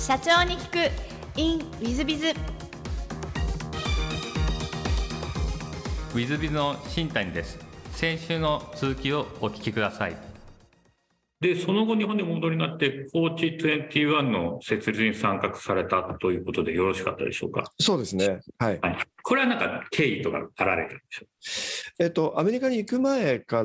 社長に聞く in ウィズビズ。 ウィズビズの新谷です。先週の続きをお聞きください。で、その後日本にお戻りになってコーチ21の設立に参画されたということでよろしかったでしょうか。 そうですね、はい、 これはなんか経緯とかあられたんでしょう。 アメリカに行く前から、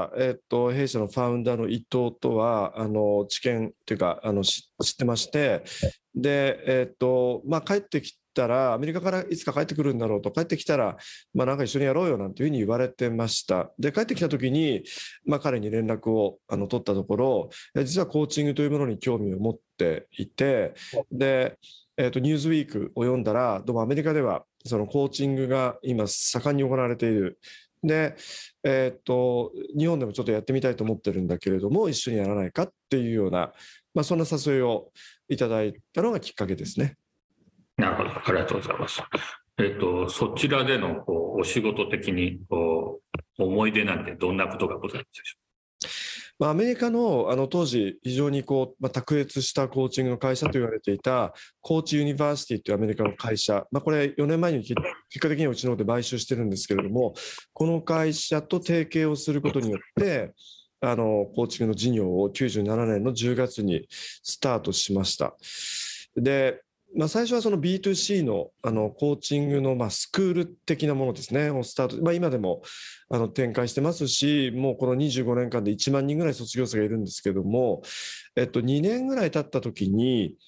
弊社のファウンダーの伊藤とは知見というか知ってまして、で、帰ってきたらアメリカからいつか帰ってくるんだろうと、帰ってきたら、なんか一緒にやろうよなんていうふうに言われてました。で、帰ってきた時に、彼に連絡を取ったところ、実はコーチングというものに興味を持っていて、で、ニューズウィークを読んだら、どうもアメリカではそのコーチングが今盛んに行われている。で、日本でもちょっとやってみたいと思ってるんだけれども、一緒にやらないかっていうような、そんな誘いをいただいたのがきっかけですね。 なるほど、ありがとうございます。そちらでのお仕事的に思い出なんてどんなことがございますでしょうか。 アメリカの当時非常に卓越したコーチングの会社と言われていたコーチユニバーシティというアメリカの会社、これ4年前に結果的にはうちの方で買収してるんですけれども、この会社と提携をすることによってコーチングの事業を97年の10月にスタートしました。で、最初はその B2C のコーチングのスクール的なものですねをスタート、今でも展開してますし、もうこの25年間で1万人ぐらい卒業生がいるんですけども、2年ぐらい経った時に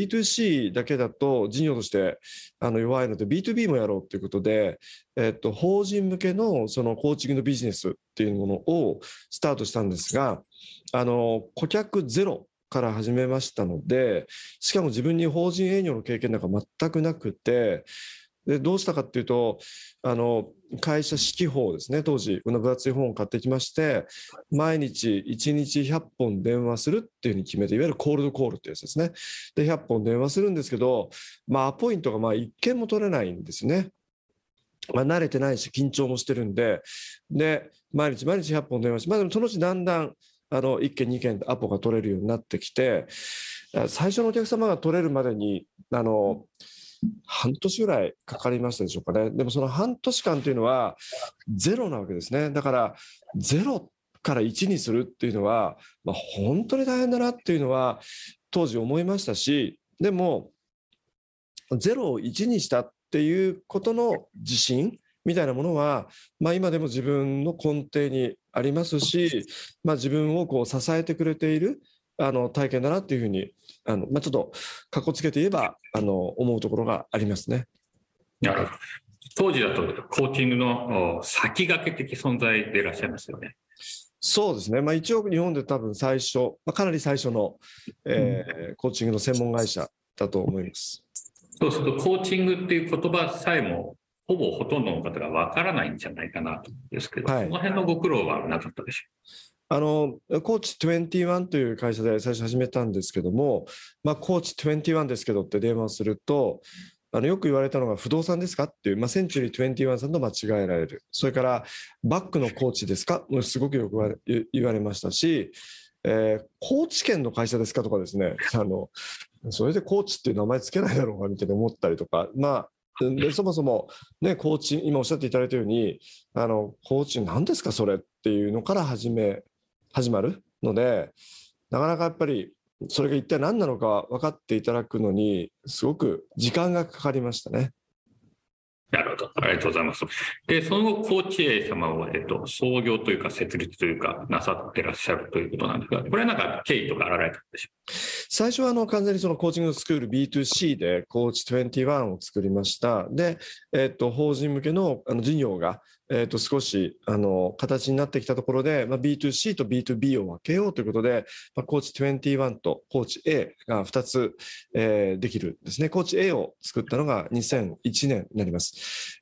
B2C だけだと事業として弱いので B2B もやろうということで、法人向けのそのコーチングのビジネスっていうものをスタートしたんですが、顧客ゼロから始めましたので、しかも自分に法人営業の経験なんか全くなくて、でどうしたかっていうと会社指揮法ですね、当時この分厚い本を買ってきまして、毎日1日100本電話するっていうふうに決めて、いわゆるコールドコールっていうやつですね。で100本電話するんですけど、アポイントが1件も取れないんですね。慣れてないし緊張もしてるんで、毎日100本電話して、でもそのうちだんだん1件2件アポが取れるようになってきて、最初のお客様が取れるまでに半年ぐらいかかりましたでしょうかね。でもその半年間というのはゼロなわけですね。だからゼロから1にするっていうのは、本当に大変だなっていうのは当時思いましたし、でもゼロを1にしたっていうことの自信みたいなものは、今でも自分の根底にありますし、自分を支えてくれている体験だなっていうふうにちょっとかっこつけて言えば思うところがありますね。 なるほど。当時だとコーチングの先駆け的存在でいらっしゃいますよね。 そうですね、一応日本で多分最初、かなり最初の、コーチングの専門会社だと思います。 そうするとコーチングっていう言葉さえもほとんどの方がわからないんじゃないかなと思うんですけど、その辺のご苦労はなかったでしょう。 コーチ21という会社で最初始めたんですけども、コーチ21ですけどって電話をすると、よく言われたのが不動産ですかっていう、センチュリー21さんと間違えられる。それからバックのコーチですか、すごくよく言われましたし、コーチ圏の会社ですかとかですね、それでコーチっていう名前つけないだろうかみたいに思ったりとか、でそもそも、ね、コーチ今おっしゃっていただいたようにコーチ何ですかそれっていうのから始まるので、なかなかやっぱりそれが一体何なのか分かっていただくのにすごく時間がかかりましたね。 なるほど、ありがとうございます。で、その後コーチ A 様を、創業というか設立というかなさってらっしゃるということなんですが、これはなんか経緯とかあられたんでしょう。 最初は完全にそのコーチングスクール B2C でコーチ21を作りました。で、法人向けの事業が少し形になってきたところで、B2C と B2B を分けようということで、コーチ21とコーチ A が2つ、できるんですね。コーチ A を作ったのが2001年になります。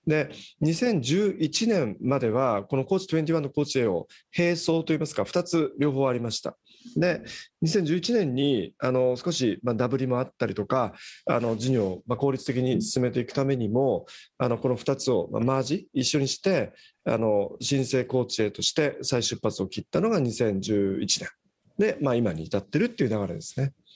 で、2011年まではこのコーチ21とコーチ A を並走といいますか2つ両方ありました。で、2011年に少しダブりもあったりとか事業を効率的に進めていくためにもこの2つをマージ一緒にして新生コーチ A として再出発を切ったのが2011年で、今に至ってるっていう流れですね。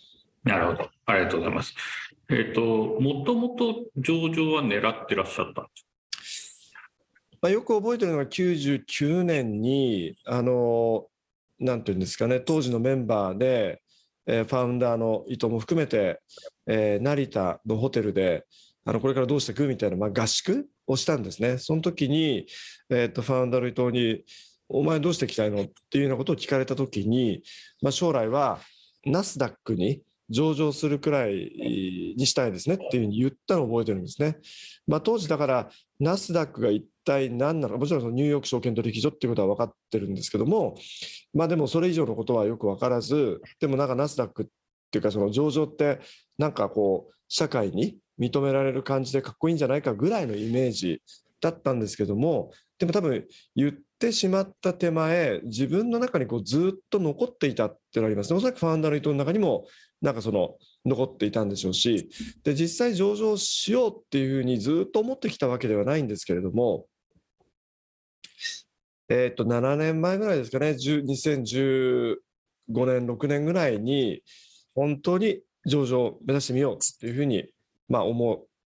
なるほど。ありがとうございます。もともと上場は狙ってらっしゃったんですか？ よく覚えてるのが99年に、なんていうんですかね、当時のメンバーで、ファウンダーの伊藤も含めて、成田のホテルで、これからどうしていくみたいな、合宿をしたんですね。その時に、ファウンダーの伊藤に、お前どうしていきたいのっていうようなことを聞かれた時に、将来はナスダックに上場するくらいにしたいですねっていうふうに言ったのを覚えてるんですね。当時だからナスダックが一体何なのか、もちろんそのニューヨーク証券取引所っていうことは分かってるんですけども、でもそれ以上のことはよく分からず、でもなんかナスダックっていうかその上場ってなんかこう社会に認められる感じでかっこいいんじゃないかぐらいのイメージだったんですけども、でも多分言ってしまった手前、自分の中にこうずっと残っていたっていうのがありますね。おそらくファウンダーの意図の中にもなんかその残っていたんでしょうし、で実際上場しようっていうふうにずっと思ってきたわけではないんですけれども、7年前ぐらいですかね、2015年、6年ぐらいに、本当に上場を目指してみようっていうふうに、思って、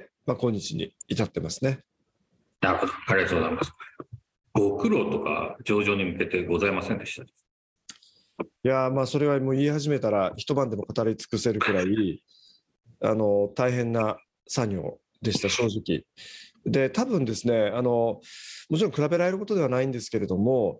今日に至ってますね。 なるほど。ありがとうございます。ご苦労とか上場に向けてございませんでした？ いやそれはもう言い始めたら一晩でも語り尽くせるくらい大変な作業でした、正直。で多分ですねもちろん比べられることではないんですけれども、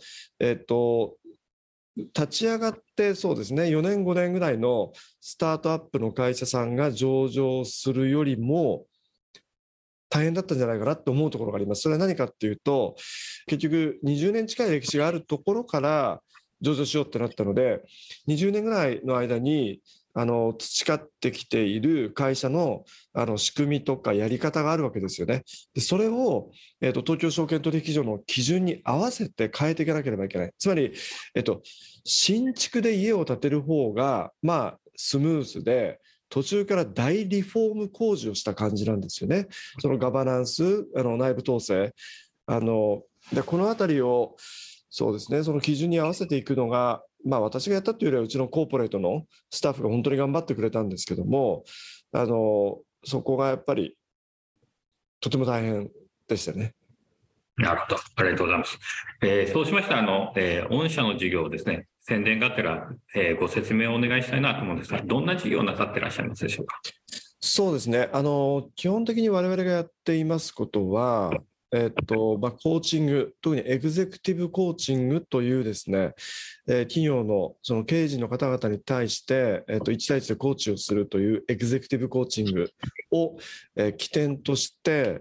立ち上がってそうですね4年5年ぐらいのスタートアップの会社さんが上場するよりも大変だったんじゃないかなと思うところがあります。それは何かっていうと、結局20年近い歴史があるところから上場しようってなったので、20年ぐらいの間に培ってきている会社の仕組みとかやり方があるわけですよね。でそれを、東京証券取引所の基準に合わせて変えていかなければいけない。つまり、新築で家を建てる方がスムーズで、途中から大リフォーム工事をした感じなんですよね。そのガバナンス、内部統制、でこのあたりをそうですね、その基準に合わせていくのが、私がやったというよりはうちのコーポレートのスタッフが本当に頑張ってくれたんですけども、そこがやっぱりとても大変でしたね。 なるほど。ありがとうございます。そうしましたら、御社の事業をですね、宣伝がてら、ご説明をお願いしたいなと思うんですが、どんな事業をなさっていらっしゃいますでしょうか？ そうですね。基本的に我々がやっていますことは、コーチング、特にエグゼクティブコーチングというですね、企業のその経営陣の方々に対して、1対1でコーチをするというエグゼクティブコーチングを、起点として、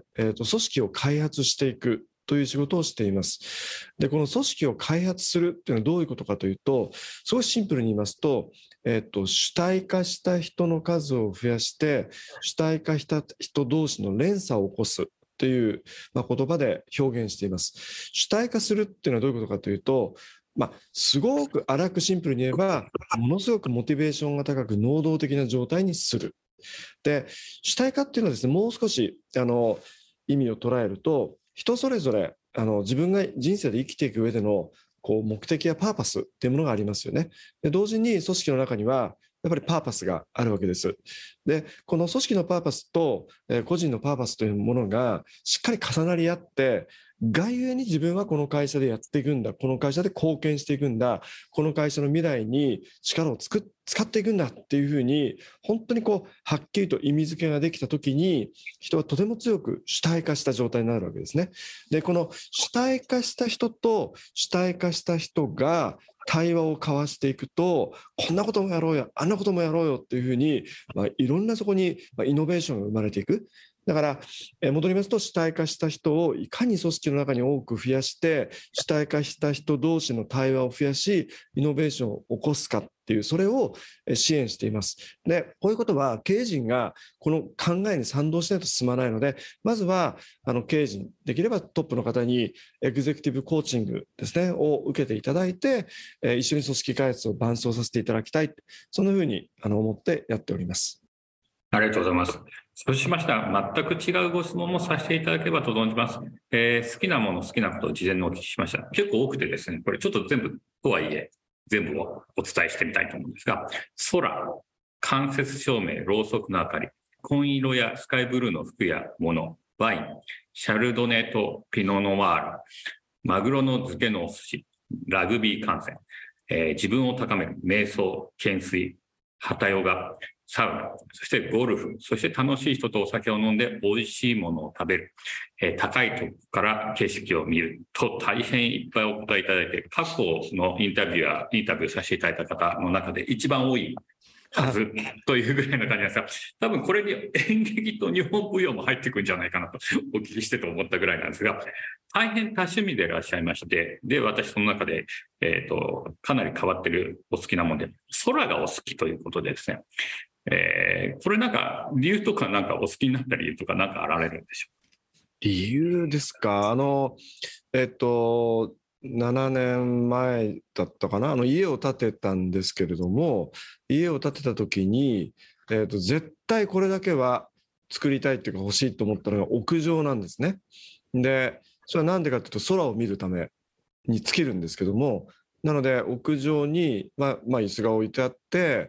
組織を開発していくという仕事をしています。で、この組織を開発するっていうのはどういうことかというと、すごいシンプルに言いますと、主体化した人の数を増やして、主体化した人同士の連鎖を起こすという、言葉で表現しています。主体化するっていうのはどういうことかというと、すごく荒くシンプルに言えば、ものすごくモチベーションが高く能動的な状態にする。で、主体化っていうのはですね、もう少し意味を捉えると、人それぞれ自分が人生で生きていく上での目的やパーパスっていうものがありますよね。で同時に組織の中にはやっぱりパーパスがあるわけです。でこの組織のパーパスと個人のパーパスというものがしっかり重なり合って、外縁に自分はこの会社でやっていくんだ、この会社で貢献していくんだ、この会社の未来に力を使っていくんだっていうふうに本当にはっきりと意味付けができたときに、人はとても強く主体化した状態になるわけですね。でこの主体化した人と主体化した人が対話を交わしていくと、こんなこともやろうよ、あんなこともやろうよっていうふうに、いろんなそこにイノベーションが生まれていく。だから戻りますと、主体化した人をいかに組織の中に多く増やして、主体化した人同士の対話を増やし、イノベーションを起こすかっていう、それを支援しています。でこういうことは経営陣がこの考えに賛同しないと進まないので、まずは経営陣、できればトップの方にエグゼクティブコーチングですねを受けていただいて、一緒に組織開発を伴走させていただきたい、そんなふうに思ってやっております。 ありがとうございます。そうしましたら、全く違うご質問もさせていただければと存じます。好きなもの、好きなことを事前にお聞きしました。結構多くてですね、これちょっと全部とはいえ、全部をお伝えしてみたいと思うんですが、空、 間接照明、ろうそくの明かり、紺色やスカイブルーの服や物、ワイン、シャルドネとピノノワール、マグロの漬けのお寿司、ラグビー観戦、自分を高める瞑想、懸垂、ハタヨガ、サウナ、そしてゴルフ、そして楽しい人とお酒を飲んで美味しいものを食べる、高いところから景色を見ると大変いっぱいお答えいただいて、過去のインタビューさせていただいた方の中で一番多いはずというぐらいの感じなんですが、多分これに演劇と日本舞踊も入ってくるんじゃないかなとお聞きしてと思ったぐらいなんですが、大変多趣味でいらっしゃいまして、で、私その中で、かなり変わってるお好きなもので、空がお好きということでですね、これなんか理由とかなんかお好きになった理由とかなんかあられるんでしょうか？ 理由ですか。7年前だったかな、家を建てたんですけれども、家を建てた時に、絶対これだけは作りたいっていうか欲しいと思ったのが屋上なんですね。で、それはなんでかっていうと空を見るために尽きるんですけども、なので屋上に、椅子が置いてあって、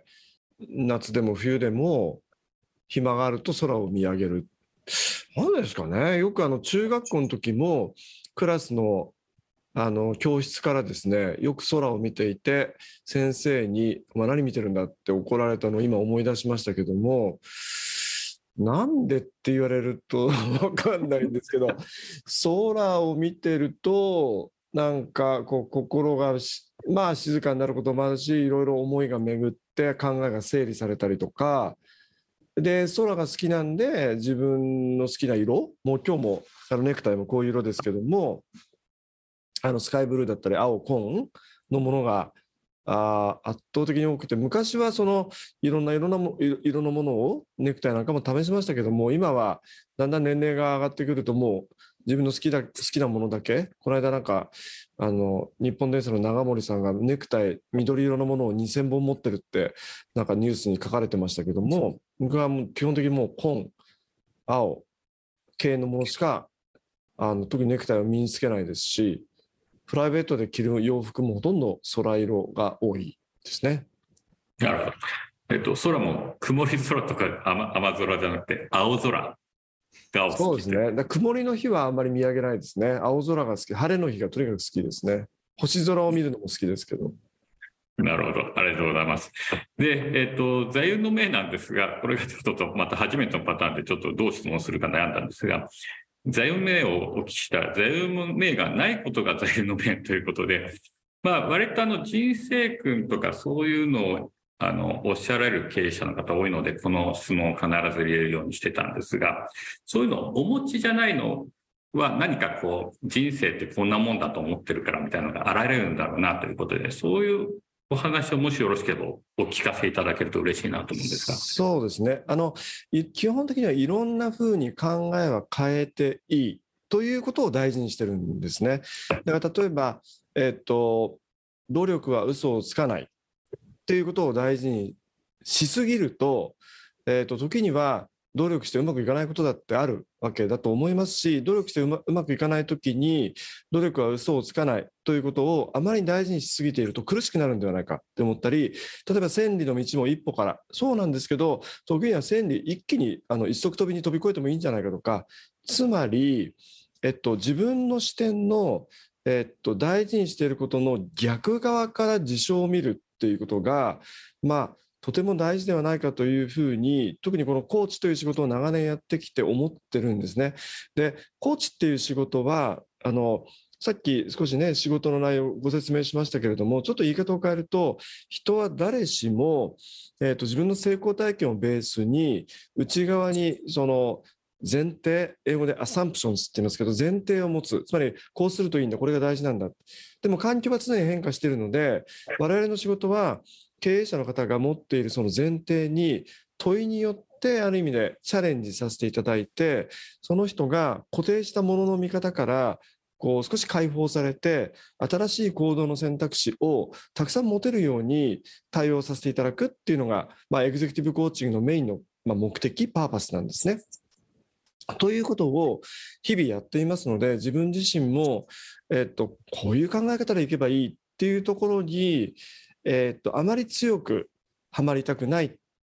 夏でも冬でも暇があると空を見上げる。何ですかね。よく中学校の時もクラスの教室からですね、よく空を見ていて、先生に「何見てるんだ」って怒られたのを今思い出しましたけども、なんでって言われると分かんないんですけど、空を見てるとなんかこう心が静かになることもあるし、いろいろ思いが巡って考えが整理されたりとかで、空が好きなんで自分の好きな色、もう今日もネクタイもこういう色ですけども、スカイブルーだったり青、紺のものが圧倒的に多くて、昔はいろんな色のものをネクタイなんかも試しましたけども、今はだんだん年齢が上がってくるともう自分の好きなものだけ。この間なんか日本電産の長森さんがネクタイ緑色のものを2000本持ってるってなんかニュースに書かれてましたけども、僕はもう基本的にもう紺、青系のものしか特にネクタイは身につけないですし、プライベートで着る洋服もほとんど空色が多いですね。 なるほど。空も曇り空とか雨空じゃなくて青空がお好き。 そうですね。曇りの日はあんまり見上げないですね。青空が好き。晴れの日がとにかく好きですね。星空を見るのも好きですけど。 なるほど。ありがとうございます。で、座右の銘なんですが、これがちょっとまた初めてのパターンでちょっとどう質問するか悩んだんですが、座右銘をお聞きした座右の銘がないことが座右の銘ということで、割と人生訓とかそういうのをおっしゃられる経営者の方多いので、この質問を必ず入れるようにしてたんですが、そういうのをお持ちじゃないのは何かこう人生ってこんなもんだと思ってるからみたいなのがあられるんだろうなということで、そういうお話をもしよろしければお聞かせいただけると嬉しいなと思うんですが。 そうですね。基本的にはいろんなふうに考えは変えていいということを大事にしてるんですね。だから例えば、努力は嘘をつかないっていうことを大事にしすぎると、時には努力してうまくいかないことだってあるわけだと思いますし、努力してうまくいかないときに努力は嘘をつかないということをあまり大事にしすぎていると苦しくなるんではないかって思ったり、例えば千里の道も一歩から、そうなんですけど時には千里一気に一足飛びに飛び越えてもいいんじゃないかとか、つまり、自分の視点の、大事にしていることの逆側から事象を見るっていうことがとても大事ではないかというふうに、特にこのコーチという仕事を長年やってきて思ってるんですね。で、コーチっていう仕事はさっき少しね仕事の内容をご説明しましたけれども、ちょっと言い方を変えると、人は誰しも、自分の成功体験をベースに内側に前提、英語でアサンプションズって言いますけど、前提を持つ。つまりこうするといいんだ、これが大事なんだ。でも環境は常に変化しているので、我々の仕事は経営者の方が持っているその前提に問いによってある意味でチャレンジさせていただいて、その人が固定したものの見方から少し解放されて、新しい行動の選択肢をたくさん持てるように対応させていただくっていうのが、エグゼクティブコーチングのメインの目的、パーパスなんですね。ということを日々やっていますので、自分自身も、こういう考え方でいけばいいっていうところに、あまり強くはまりたくない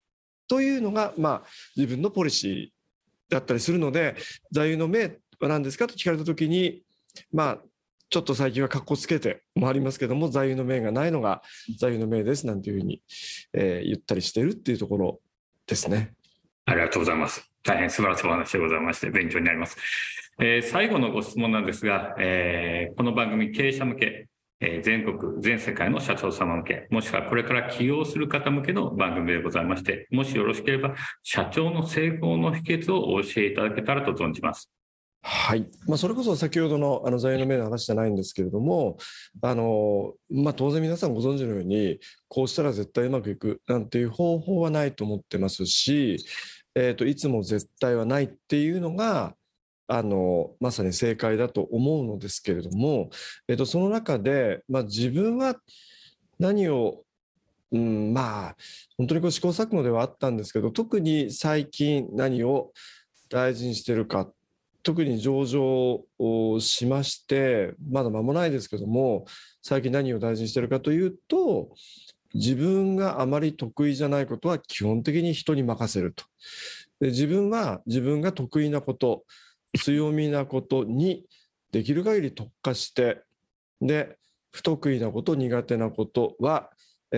というのが、自分のポリシーだったりするので、座右の銘は何ですかと聞かれたときに、ちょっと最近はかっこつけてもありますけども、座右の銘がないのが座右の銘ですなんていうふうに、言ったりしているっていうところですね。 ありがとうございます。大変素晴らしいお話でございまして勉強になります。最後のご質問なんですが、この番組経営者向け、全国全世界の社長様向け、もしくはこれから起業する方向けの番組でございまして、もしよろしければ社長の成功の秘訣をお教えいただけたらと存じます。 はい、それこそ先ほどの座右の銘の話じゃないんですけれども、当然皆さんご存知のようにこうしたら絶対うまくいくなんていう方法はないと思ってますし、いつも絶対はないっていうのがまさに正解だと思うのですけれども、その中で、自分は何を、本当に試行錯誤ではあったんですけど、特に最近何を大事にしてるか、特に上場をしましてまだ間もないですけども、最近何を大事にしてるかというと、自分があまり得意じゃないことは基本的に人に任せると。で、自分は自分が得意なこと、強みなことにできる限り特化して、で不得意なこと、苦手なことは、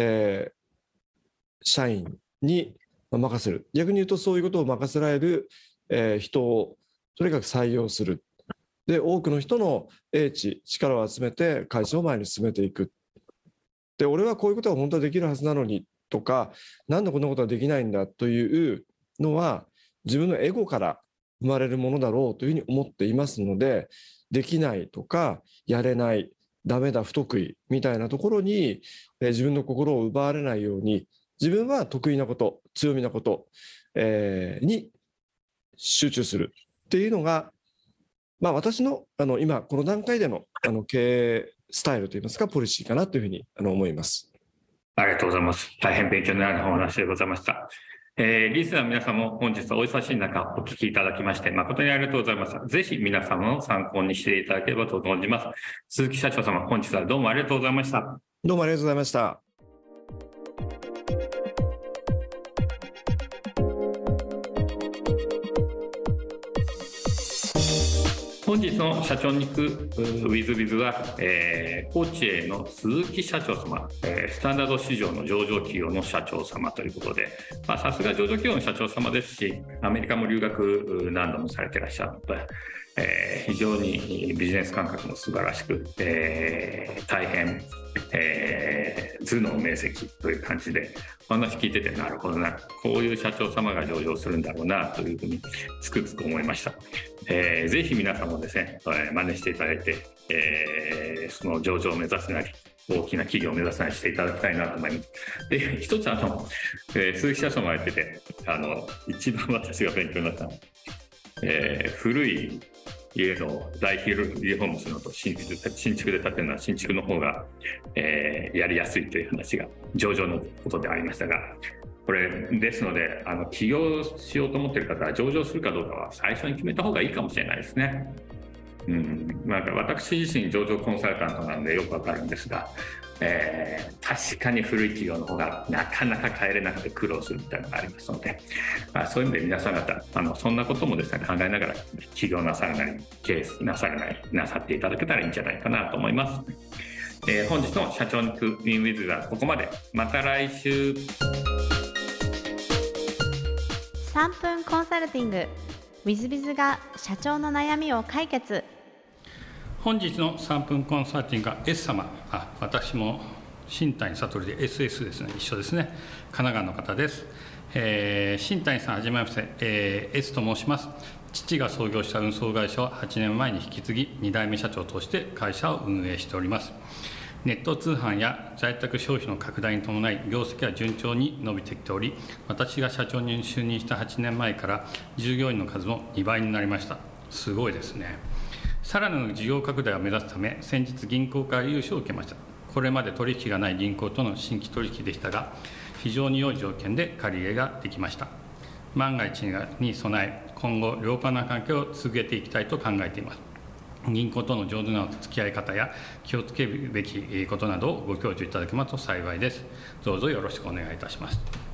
社員に任せる。逆に言うとそういうことを任せられる、人をとにかく採用する。で、多くの人の英知、力を集めて会社を前に進めていく。で、俺はこういうことが本当はできるはずなのにとか、なんでこんなことはできないんだというのは自分のエゴから生まれるものだろうというふうに思っていますので、できないとかやれない、ダメだ、不得意みたいなところに自分の心を奪われないように、自分は得意なこと、強みなこと、に集中するっていうのが、私の今この段階での経営スタイルといいますか、ポリシーかなというふうに思います。 ありがとうございます。大変勉強になるお話でございました。リスナーの皆さんも本日はお忙しい中お聞きいただきまして誠にありがとうございました。ぜひ皆様の参考にしていただければと存じます。鈴木社長様、本日はどうもありがとうございました。 どうもありがとうございました。 本日の社長に行くウィズビズは、コーチへの鈴木社長様、スタンダード市場の上場企業の社長様ということで、さすが上場企業の社長様ですし、アメリカも留学何度もされていらっしゃるので、非常にビジネス感覚も素晴らしく、大変、頭脳明晰という感じで、お話聞いてて、なるほどな、こういう社長様が上場するんだろうなというふうにつくづく思いました。ぜひ皆さんもですね、真似していただいて、その上場を目指すなり大きな企業を目指すなりしていただきたいなと思います。で、一つ鈴木社長もやってて一番私が勉強になったのは、古い家の大リフォームするのと新築で建てるのは新築の方が、やりやすいという話が上場のことでありましたが、これですので起業しようと思っている方は上場するかどうかは最初に決めた方がいいかもしれないですね。私自身上場コンサルタントなのでよくわかるんですが、確かに古い企業の方がなかなか帰れなくて苦労するみたいなのがありますので、そういう意味で皆さん方そんなこともですね考えながら起業なさらない経営なさらないなさっていただけたらいいんじゃないかなと思います。本日の社長に行く in with はここまで。また来週。 3分コンサルティング WithBiz が社長の悩みを解決。 本日の3分コンサルティングが S 様、私も新谷悟で SS ですね、一緒ですね、神奈川の方です。新谷さんはじめまして、S と申します。父が創業した運送会社を8年前に引き継ぎ2代目社長として会社を運営しております。ネット通販や在宅消費の拡大に伴い業績は順調に伸びてきており、私が社長に就任した8年前から従業員の数も2倍になりました。すごいですね。さらなる事業拡大を目指すため、先日銀行から融資を受けました。これまで取引がない銀行との新規取引でしたが、非常に良い条件で借り入れができました。万が一に備え、今後良好な関係を続けていきたいと考えています。銀行との上手な付き合い方や気をつけるべきことなどをご教授いただけますと幸いです。どうぞよろしくお願いいたします。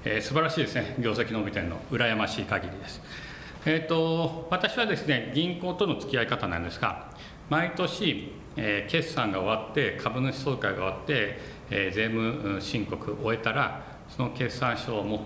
素晴らしいですね、業績伸びてるの、羨ましい限りです。私はですね、銀行との付き合い方なんですが、毎年、決算が終わって、株主総会が終わって、税務申告を終えたら、その決算書を持って、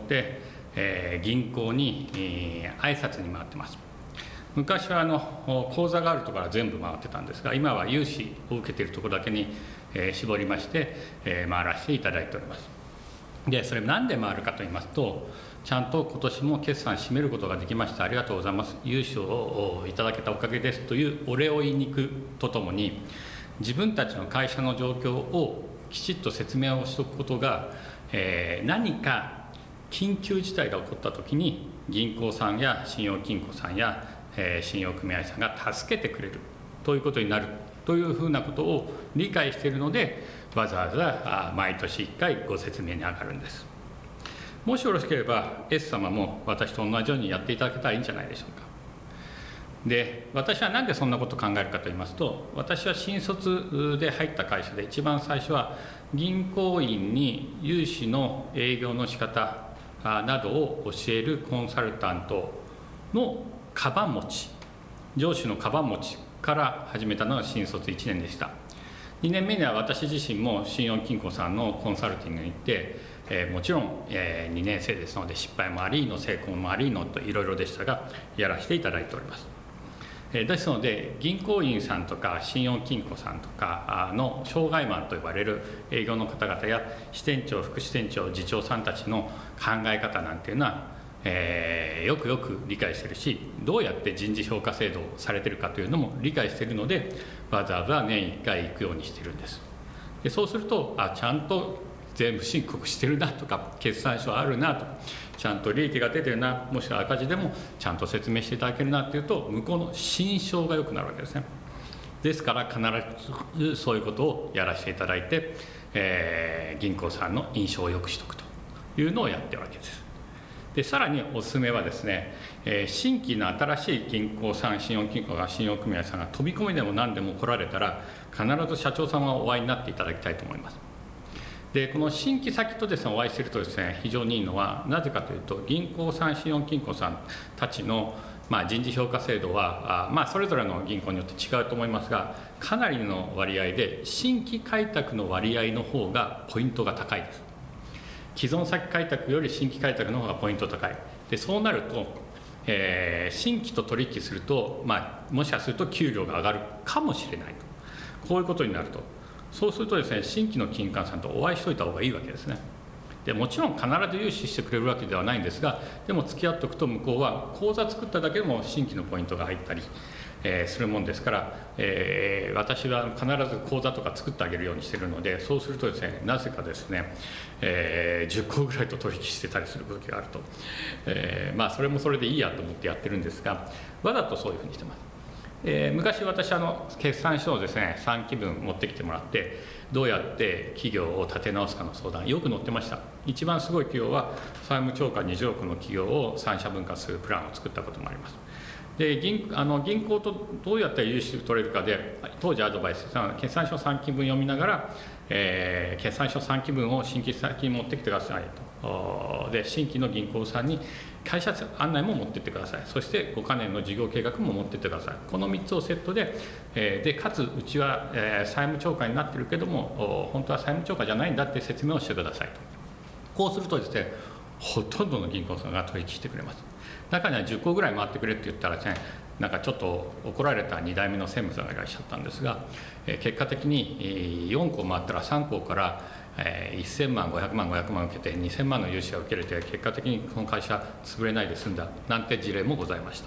銀行に、挨拶に回ってます。昔は口座があるところは全部回ってたんですが、今は融資を受けているところだけに、絞りまして、回らせていただいております。で、それ何で回るかと言いますと、ちゃんと今年も決算締めることができました、ありがとうございます、融資をいただけたおかげですというお礼を言いに行くとともに、自分たちの会社の状況をきちっと説明をしておくことが、何か緊急事態が起こったときに、銀行さんや信用金庫さんや、信用組合さんが助けてくれるということになるというふうなことを理解しているので、わざわざ毎年1回ご説明に上がるんです。もしよろしければ S 様も私と同じようにやっていただけたらいいんじゃないでしょうか。で、私は何でそんなことを考えるかと言いますと、私は新卒で入った会社で一番最初は銀行員に融資の営業の仕方などを教えるコンサルタントのカバン持ち、上司のカバン持ちから始めたのが新卒1年でした。2年目には私自身も信用金庫さんのコンサルティングに行って、もちろん、2年生ですので失敗もありの成功もありのといろいろでしたが、やらせていただいております。ですので、銀行員さんとか信用金庫さんとかの障害マンと呼ばれる営業の方々や支店長、副支店長、次長さんたちの考え方なんていうのは、よくよく理解しているし、どうやって人事評価制度をされているかというのも理解しているので、わざわざ年1回行くようにしているんです。で、そうすると、ちゃんと税務申告してるなとか、決算書あるなとか、ちゃんと利益が出てるな、もしくは赤字でもちゃんと説明していただけるなっていうと、向こうの心象が良くなるわけですね。ですから必ずそういうことをやらせていただいて、銀行さんの印象を良くしておくというのをやってるわけです。で、さらにおすすめはですね、新規の新しい銀行さん、信用金庫が信用組合さんが飛び込みでも何でも来られたら、必ず社長様をお会いになっていただきたいと思います。で、この新規先とですね、お会いするとですね、非常にいいのは、なぜかというと、銀行さん、信用金庫さんたちの、人事評価制度は、それぞれの銀行によって違うと思いますが、かなりの割合で、新規開拓の割合の方がポイントが高いです。既存先開拓より新規開拓の方がポイント高い。で、そうなると、新規と取引すると、もしかすると給料が上がるかもしれないと。こういうことになると。そうするとですね、新規の金管さんとお会いしといた方がいいわけですね。で、もちろん必ず融資してくれるわけではないんですが、でも付き合っておくと向こうは口座作っただけでも新規のポイントが入ったり、するもんですから、私は必ず口座とか作ってあげるようにしているので、そうするとですね、なぜかですね、10個ぐらいと取引してたりする時があると、それもそれでいいやと思ってやってるんですが、わざとそういうふうにしてます。昔私決算書をですね3期分持ってきてもらって、どうやって企業を立て直すかの相談よく載ってました。一番すごい企業は債務超過20億の企業を3社分割するプランを作ったこともあります。で、銀行とどうやって融資取れるかで、当時アドバイスしたのは、決算書3期分読みながら、決算書3期分を新規先に持ってきてくださいと。で、新規の銀行さんに会社案内も持ってってください。そして5カ年の事業計画も持ってってください。この3つをセットで、かつうちは、債務超過になってるけども、本当は債務超過じゃないんだって説明をしてくださいと。こうするとですね、ほとんどの銀行さんが取引してくれます。中には10個ぐらい回ってくれって言ったらですね、なんかちょっと怒られた2代目の専務さんがいらっしゃったんですが、結果的に4個回ったら3個から1000万、500万、500万受けて2000万の融資が受けれて、結果的にこの会社潰れないで済んだなんて事例もございました。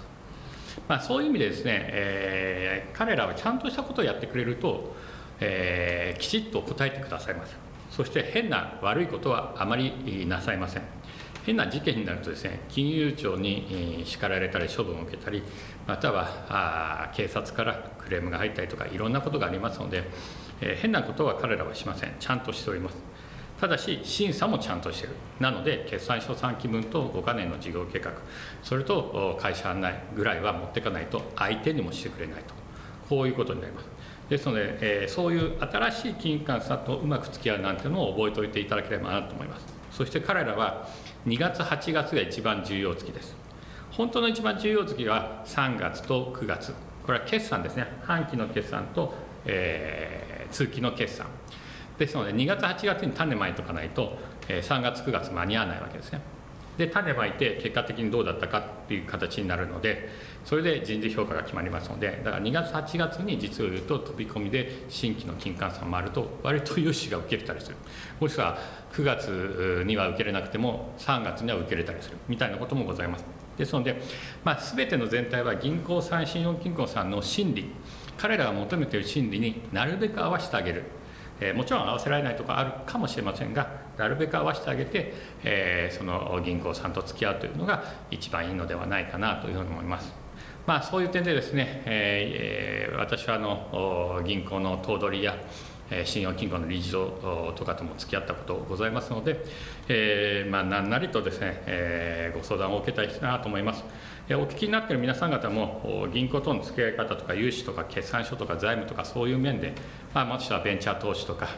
そういう意味でですね、彼らはちゃんとしたことをやってくれると、きちっと答えてくださいます。そして変な悪いことはあまりなさいません。変な事件になるとですね、金融庁に叱られたり処分を受けたり、または警察からクレームが入ったりとか、いろんなことがありますので、変なことは彼らはしません。ちゃんとしております。ただし審査もちゃんとしている。なので決算書3期分と5カ年の事業計画、それと会社案内ぐらいは持っていかないと相手にもしてくれないと、こういうことになります。ですので、そういう新しい金管さんとうまく付き合うなんていうのを覚えておいていただければなと思います。そして彼らは 2月8月が一番重要月です。本当の一番重要月は3月と9月、これは決算ですね。半期の決算と、通期の決算ですので、2月8月に種まいとかないと、3月9月間に合わないわけですね。で種まいて結果的にどうだったかっていう形になるので、それで人事評価が決まりますので、だから2月8月に実を言うと飛び込みで新規の金換算もあると割と融資が受けれたりする、もしくは9月には受けれなくても3月には受けれたりするみたいなこともございます。ですので、全ての全体は銀行さん、信用金庫さんの心理、彼らが求めている心理になるべく合わせてあげる。もちろん合わせられないところあるかもしれませんが、なるべく合わせてあげて、その銀行さんと付き合うというのが一番いいのではないかなというふうに思います。そういう点でですね、私は銀行の頭取や信用金庫の理事長とかとも付き合ったことございますので、何なりとですね、ご相談を受けたいなと思います。お聞きになっている皆さん方も銀行との付き合い方とか融資とか決算書とか財務とかそういう面で、もしくはベンチャー投資とか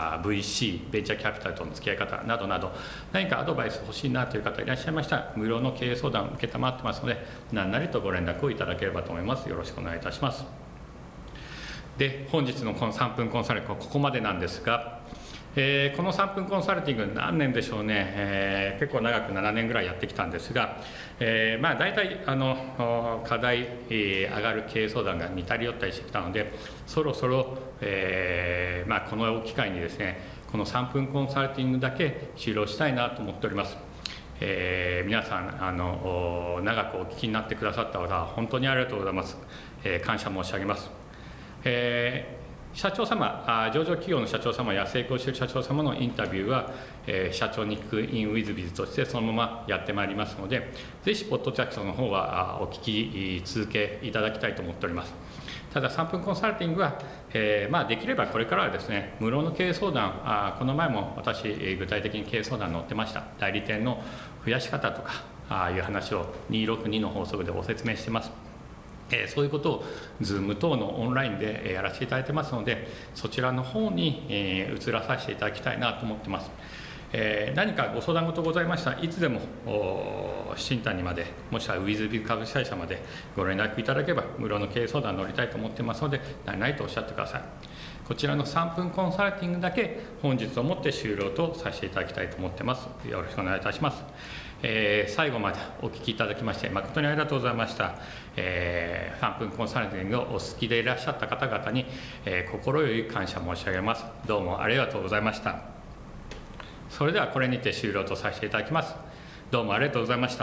VC ベンチャーキャピタルとの付き合い方などなど何かアドバイス欲しいなという方いらっしゃいましたら、無料の経営相談を受けたまってますので、何なりとご連絡をいただければと思います。よろしくお願いいたします。で、本日のこの3分コンサルティングはここまでなんですが、この3分コンサルティング何年でしょうね、結構長く7年ぐらいやってきたんですが、大体課題、上がる経営相談が似たり寄ったりしてきたので、そろそろ、この機会にですね、この3分コンサルティングだけ終了したいなと思っております。皆さん長くお聞きになってくださった方は本当にありがとうございます。感謝申し上げます。社長様、上場企業の社長様や成功している社長様のインタビューは、社長に聞くインウィズビズとしてそのままやってまいりますので、ぜひポッドキャストの方はお聞き続けいただきたいと思っております。ただ3分コンサルティングは、できればこれからはですね、無料の経営相談、この前も私具体的に経営相談載ってました。代理店の増やし方とかいう話を262の法則でご説明してます。そういうことを Zoom 等のオンラインでやらせていただいてますので、そちらの方に移らさせていただきたいなと思ってます。何かご相談事ございましたらいつでも新谷まで、もしくはウィズビズ株式会社までご連絡いただければ無料の経営相談乗りたいと思ってますので、何々とおっしゃってください。こちらの3分コンサルティングだけ本日をもって終了とさせていただきたいと思ってます。よろしくお願いいたします。最後までお聞きいただきまして誠にありがとうございました。3分コンサルティングをお好きでいらっしゃった方々に、心より感謝申し上げます。どうもありがとうございました。それではこれにて終了とさせていただきます。どうもありがとうございました。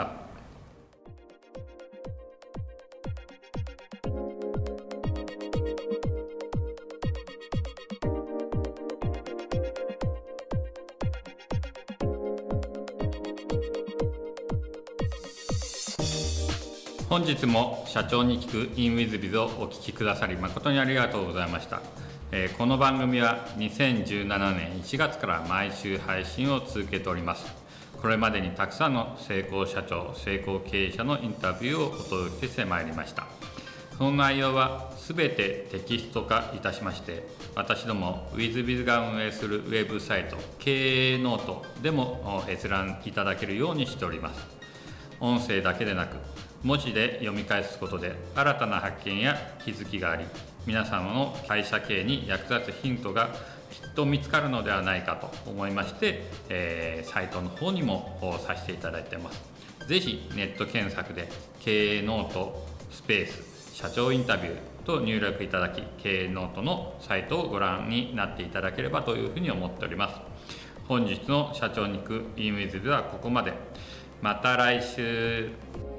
本日も社長に聞くインウィズビズをお聞きくださり誠にありがとうございました。この番組は2017年1月から毎週配信を続けております。これまでにたくさんの成功社長、成功経営者のインタビューをお届けしてまいりました。その内容はすべてテキスト化いたしまして、私どもウィズビズが運営するウェブサイト経営ノートでも閲覧いただけるようにしております。音声だけでなく文字で読み返すことで新たな発見や気づきがあり、皆様の会社経営に役立つヒントがきっと見つかるのではないかと思いまして、サイトの方にもさせていただいています。ぜひネット検索で経営ノートスペース社長インタビューと入力いただき、経営ノートのサイトをご覧になっていただければというふうに思っております。本日の社長に行くインウィズではここまで。また来週。